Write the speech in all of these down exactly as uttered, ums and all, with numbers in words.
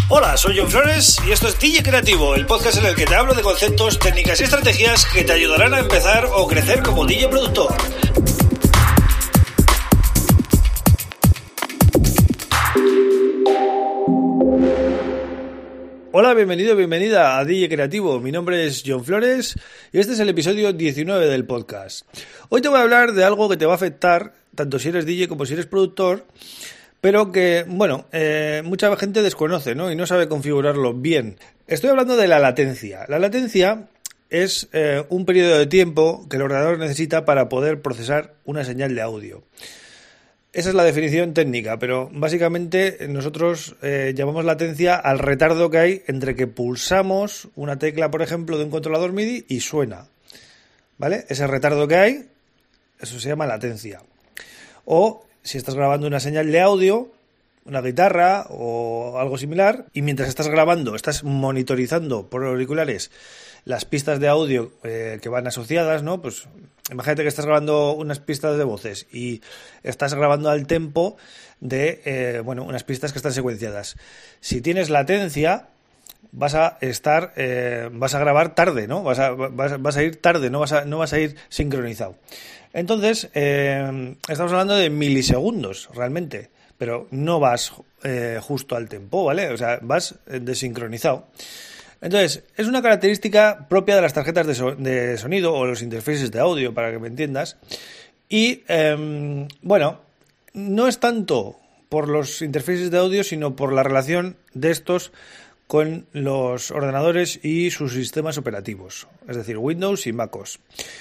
Hola, soy John Flores y esto es D J Creativo, el podcast en el que te hablo de conceptos, técnicas y estrategias que te ayudarán a empezar o crecer como D J productor. Hola, bienvenido, bienvenida a D J Creativo. Mi nombre es John Flores y este es el episodio diecinueve del podcast. Hoy te voy a hablar de algo que te va a afectar tanto si eres D J como si eres productor, pero que, bueno, eh, mucha gente desconoce, ¿no? Y no sabe configurarlo bien. Estoy hablando de la latencia. La latencia es eh, un periodo de tiempo que el ordenador necesita para poder procesar una señal de audio. Esa es la definición técnica, pero básicamente nosotros eh, llamamos latencia al retardo que hay entre que pulsamos una tecla, por ejemplo, de un controlador M I D I y suena, ¿vale? Ese retardo que hay, eso se llama latencia. O si estás grabando una señal de audio, una guitarra o algo similar, y mientras estás grabando, estás monitorizando por auriculares las pistas de audio eh, que van asociadas, ¿no? Pues imagínate que estás grabando unas pistas de voces y estás grabando al tempo de, eh, bueno, unas pistas que están secuenciadas. Si tienes latencia, vas a estar, eh, vas a grabar tarde, ¿no? Vas a, vas, vas a ir tarde, no vas a, no vas a ir sincronizado. Entonces, eh, estamos hablando de milisegundos, realmente, pero no vas eh, justo al tempo, ¿vale? O sea, vas desincronizado. Entonces, es una característica propia de las tarjetas de, so- de sonido o los interfaces de audio, para que me entiendas. Y, eh, bueno, no es tanto por los interfaces de audio, sino por la relación de estos con los ordenadores y sus sistemas operativos, es decir, Windows y MacOS.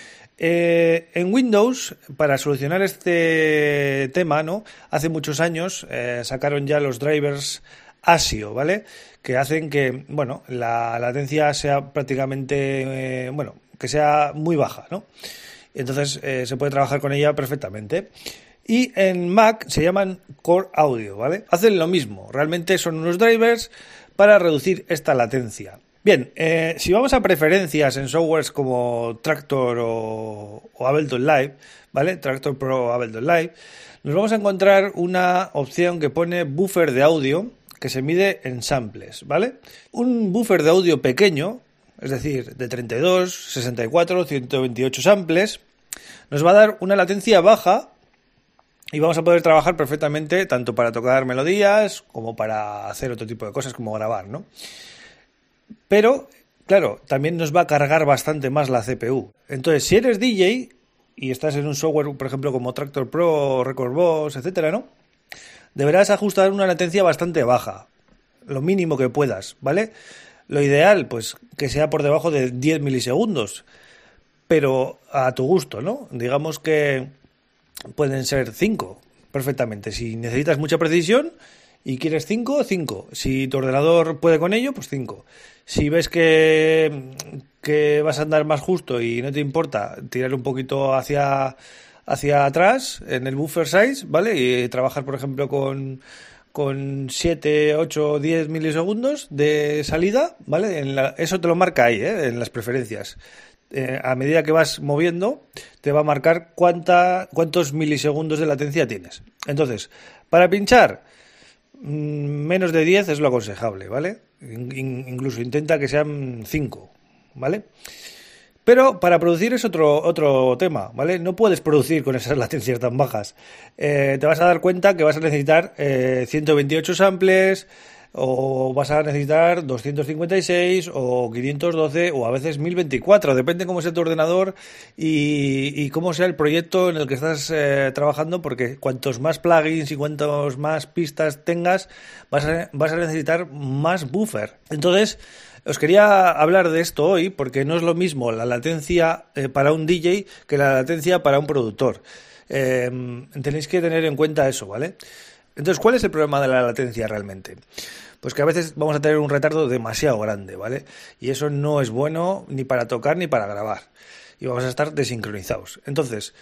Eh, en Windows, para solucionar este tema, ¿no? Hace muchos años eh, sacaron ya los drivers ASIO, ¿vale? Que hacen que, bueno, la latencia sea prácticamente, eh, bueno, que sea muy baja, ¿no? Entonces eh, se puede trabajar con ella perfectamente. Y en Mac se llaman Core Audio, ¿vale? Hacen lo mismo, realmente son unos drivers para reducir esta latencia. Bien, eh, si vamos a preferencias en softwares como Traktor o, o Ableton Live, ¿vale? Traktor Pro o Ableton Live, nos vamos a encontrar una opción que pone buffer de audio que se mide en samples, ¿vale? Un buffer de audio pequeño, es decir, de treinta y dos, sesenta y cuatro, ciento veintiocho samples, nos va a dar una latencia baja y vamos a poder trabajar perfectamente tanto para tocar melodías como para hacer otro tipo de cosas como grabar, ¿no? Pero, claro, también nos va a cargar bastante más la C P U. Entonces, si eres D J y estás en un software, por ejemplo, como Traktor Pro, Record Boss, etcétera, ¿no? Deberás ajustar una latencia bastante baja, lo mínimo que puedas, ¿vale? Lo ideal, pues, que sea por debajo de diez milisegundos, pero a tu gusto, ¿no? Digamos que pueden ser cinco, perfectamente. Si necesitas mucha precisión y quieres cinco, cinco. Si tu ordenador puede con ello, pues cinco. Si ves que, que vas a andar más justo y no te importa tirar un poquito hacia, hacia atrás en el buffer size, ¿vale? Y trabajar, por ejemplo, con, con siete, ocho, diez milisegundos de salida, ¿vale? En la, eso te lo marca ahí, ¿eh? En las preferencias. Eh, a medida que vas moviendo, te va a marcar cuánta, cuántos milisegundos de latencia tienes. Entonces, para pinchar, menos de diez es lo aconsejable, ¿vale? In- incluso intenta que sean cinco, ¿vale? Pero para producir es otro, otro tema, ¿vale? No puedes producir con esas latencias tan bajas. Eh, te vas a dar cuenta que vas a necesitar eh, ciento veintiocho samples, o vas a necesitar doscientos cincuenta y seis o quinientos doce o a veces mil veinticuatro, depende cómo sea tu ordenador y, y cómo sea el proyecto en el que estás eh, trabajando, porque cuantos más plugins y cuantos más pistas tengas, vas a, vas a necesitar más buffer. Entonces, os quería hablar de esto hoy porque no es lo mismo la latencia eh, para un D J que la latencia para un productor. Eh, tenéis que tener en cuenta eso, ¿vale? Entonces, ¿cuál es el problema de la latencia realmente? Pues que a veces vamos a tener un retardo demasiado grande, ¿vale? Y eso no es bueno ni para tocar ni para grabar. Y vamos a estar desincronizados. Entonces,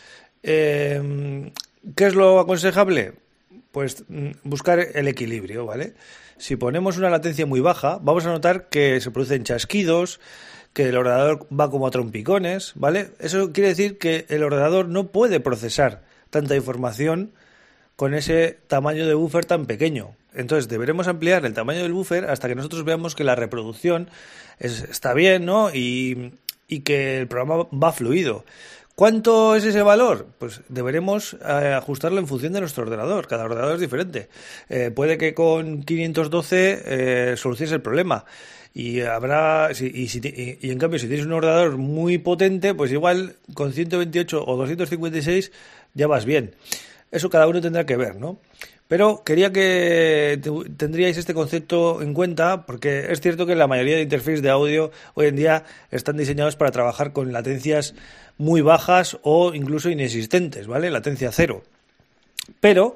eh, ¿qué es lo aconsejable? Pues buscar el equilibrio, ¿vale? Si ponemos una latencia muy baja, vamos a notar que se producen chasquidos, que el ordenador va como a trompicones, ¿vale? Eso quiere decir que el ordenador no puede procesar tanta información con ese tamaño de buffer tan pequeño. Entonces deberemos ampliar el tamaño del buffer hasta que nosotros veamos que la reproducción es, está bien, ¿no? Y, y que el programa va fluido. ¿Cuánto es ese valor? Pues deberemos eh, ajustarlo en función de nuestro ordenador. Cada ordenador es diferente. Eh, puede que con quinientos doce eh, soluciones el problema. Y habrá y, y, y, y en cambio si tienes un ordenador muy potente, pues igual con ciento veintiocho o doscientos cincuenta y seis ya vas bien. Eso cada uno tendrá que ver, ¿no? Pero quería que tendríais este concepto en cuenta, porque es cierto que la mayoría de interfaces de audio hoy en día están diseñados para trabajar con latencias muy bajas o incluso inexistentes, ¿vale? Latencia cero. Pero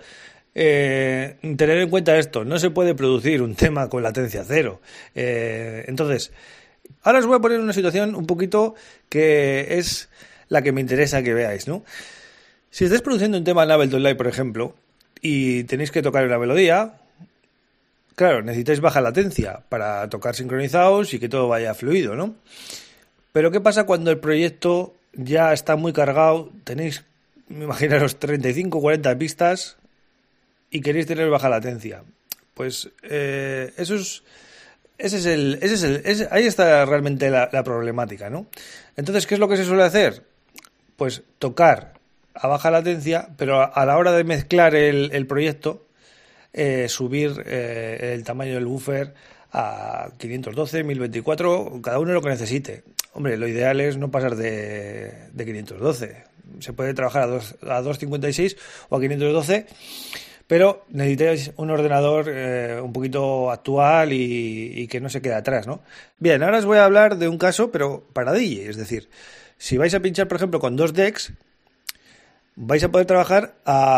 eh, tener en cuenta esto, no se puede producir un tema con latencia cero. Eh, entonces, ahora os voy a poner una situación un poquito que es la que me interesa que veáis, ¿no? Si estáis produciendo un tema en Ableton Live, por ejemplo, y tenéis que tocar una melodía, claro, necesitáis baja latencia para tocar sincronizados y que todo vaya fluido, ¿no? Pero ¿qué pasa cuando el proyecto ya está muy cargado? Tenéis, imaginaros, treinta y cinco o cuarenta pistas y queréis tener baja latencia. Pues eh, eso es, ese es el, ese es el, ese, ahí está realmente la, la problemática, ¿no? Entonces, ¿qué es lo que se suele hacer? Pues tocar a baja latencia, pero a la hora de mezclar el, el proyecto, eh, subir eh, el tamaño del buffer a quinientos doce, mil veinticuatro, cada uno lo que necesite. Hombre, lo ideal es no pasar de, de quinientos doce. Se puede trabajar a, dos, a doscientos cincuenta y seis o a quinientos doce, pero necesitáis un ordenador eh, un poquito actual y, y que no se quede atrás, ¿no? Bien, ahora os voy a hablar de un caso, pero para D J, es decir, si vais a pinchar, por ejemplo, con dos decks, vais a poder trabajar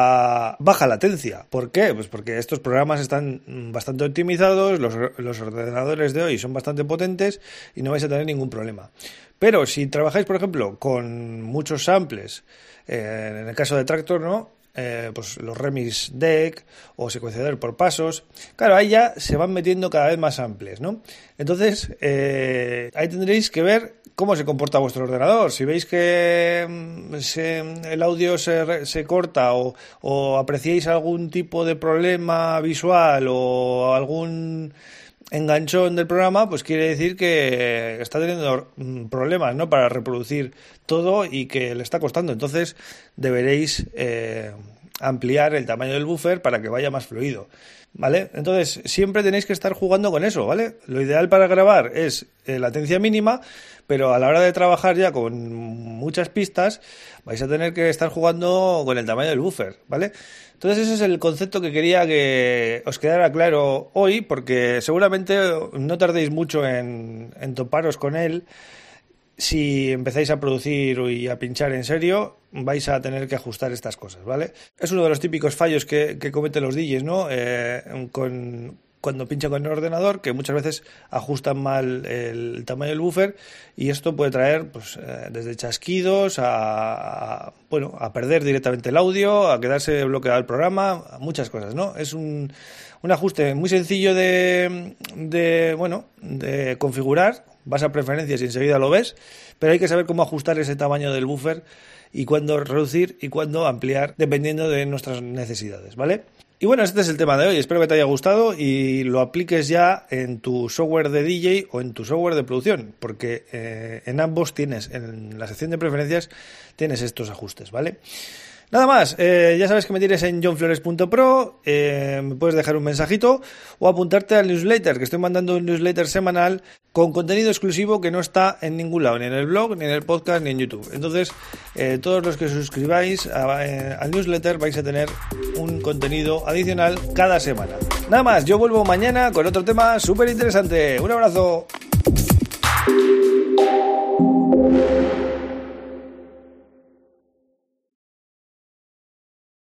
a baja latencia. ¿Por qué? Pues porque estos programas están bastante optimizados, los, los ordenadores de hoy son bastante potentes y no vais a tener ningún problema. Pero si trabajáis, por ejemplo, con muchos samples, eh, en el caso de Traktor, ¿no? Eh, pues los remix deck o secuenciador por pasos, claro, ahí ya se van metiendo cada vez más samples, ¿no? Entonces, eh, ahí tendréis que ver cómo se comporta vuestro ordenador. Si veis que se, el audio se, se corta o, o apreciáis algún tipo de problema visual o algún enganchón del programa, pues quiere decir que está teniendo problemas, ¿no?, para reproducir todo y que le está costando. Entonces deberéis eh, ampliar el tamaño del buffer para que vaya más fluido, ¿vale? Entonces siempre tenéis que estar jugando con eso, ¿vale? Lo ideal para grabar es eh, latencia mínima, pero a la hora de trabajar ya con muchas pistas vais a tener que estar jugando con el tamaño del buffer, ¿vale? Entonces ese es el concepto que quería que os quedara claro hoy, porque seguramente no tardéis mucho en, en toparos con él. Si empezáis a producir y a pinchar en serio, vais a tener que ajustar estas cosas, ¿vale? Es uno de los típicos fallos que, que cometen los D Js, ¿no? Eh, con... cuando pinchan con el ordenador, que muchas veces ajustan mal el tamaño del buffer y esto puede traer pues eh, desde chasquidos a, a bueno a perder directamente el audio, a quedarse bloqueado el programa, a muchas cosas, ¿no? Es un, un ajuste muy sencillo de, de bueno de configurar. Vas a preferencias y enseguida lo ves, pero hay que saber cómo ajustar ese tamaño del buffer y cuándo reducir y cuándo ampliar dependiendo de nuestras necesidades, ¿vale? Y bueno, este es el tema de hoy. Espero que te haya gustado y lo apliques ya en tu software de D J o en tu software de producción, porque eh, en ambos tienes, en la sección de preferencias, tienes estos ajustes, ¿vale? Nada más, eh, ya sabes que me tienes en jon flores punto pro, eh, me puedes dejar un mensajito o apuntarte al newsletter, que estoy mandando un newsletter semanal con contenido exclusivo que no está en ningún lado, ni en el blog, ni en el podcast, ni en YouTube. Entonces, eh, todos los que suscribáis a, eh, al newsletter vais a tener un contenido adicional cada semana. Nada más, yo vuelvo mañana con otro tema súper interesante. Un abrazo.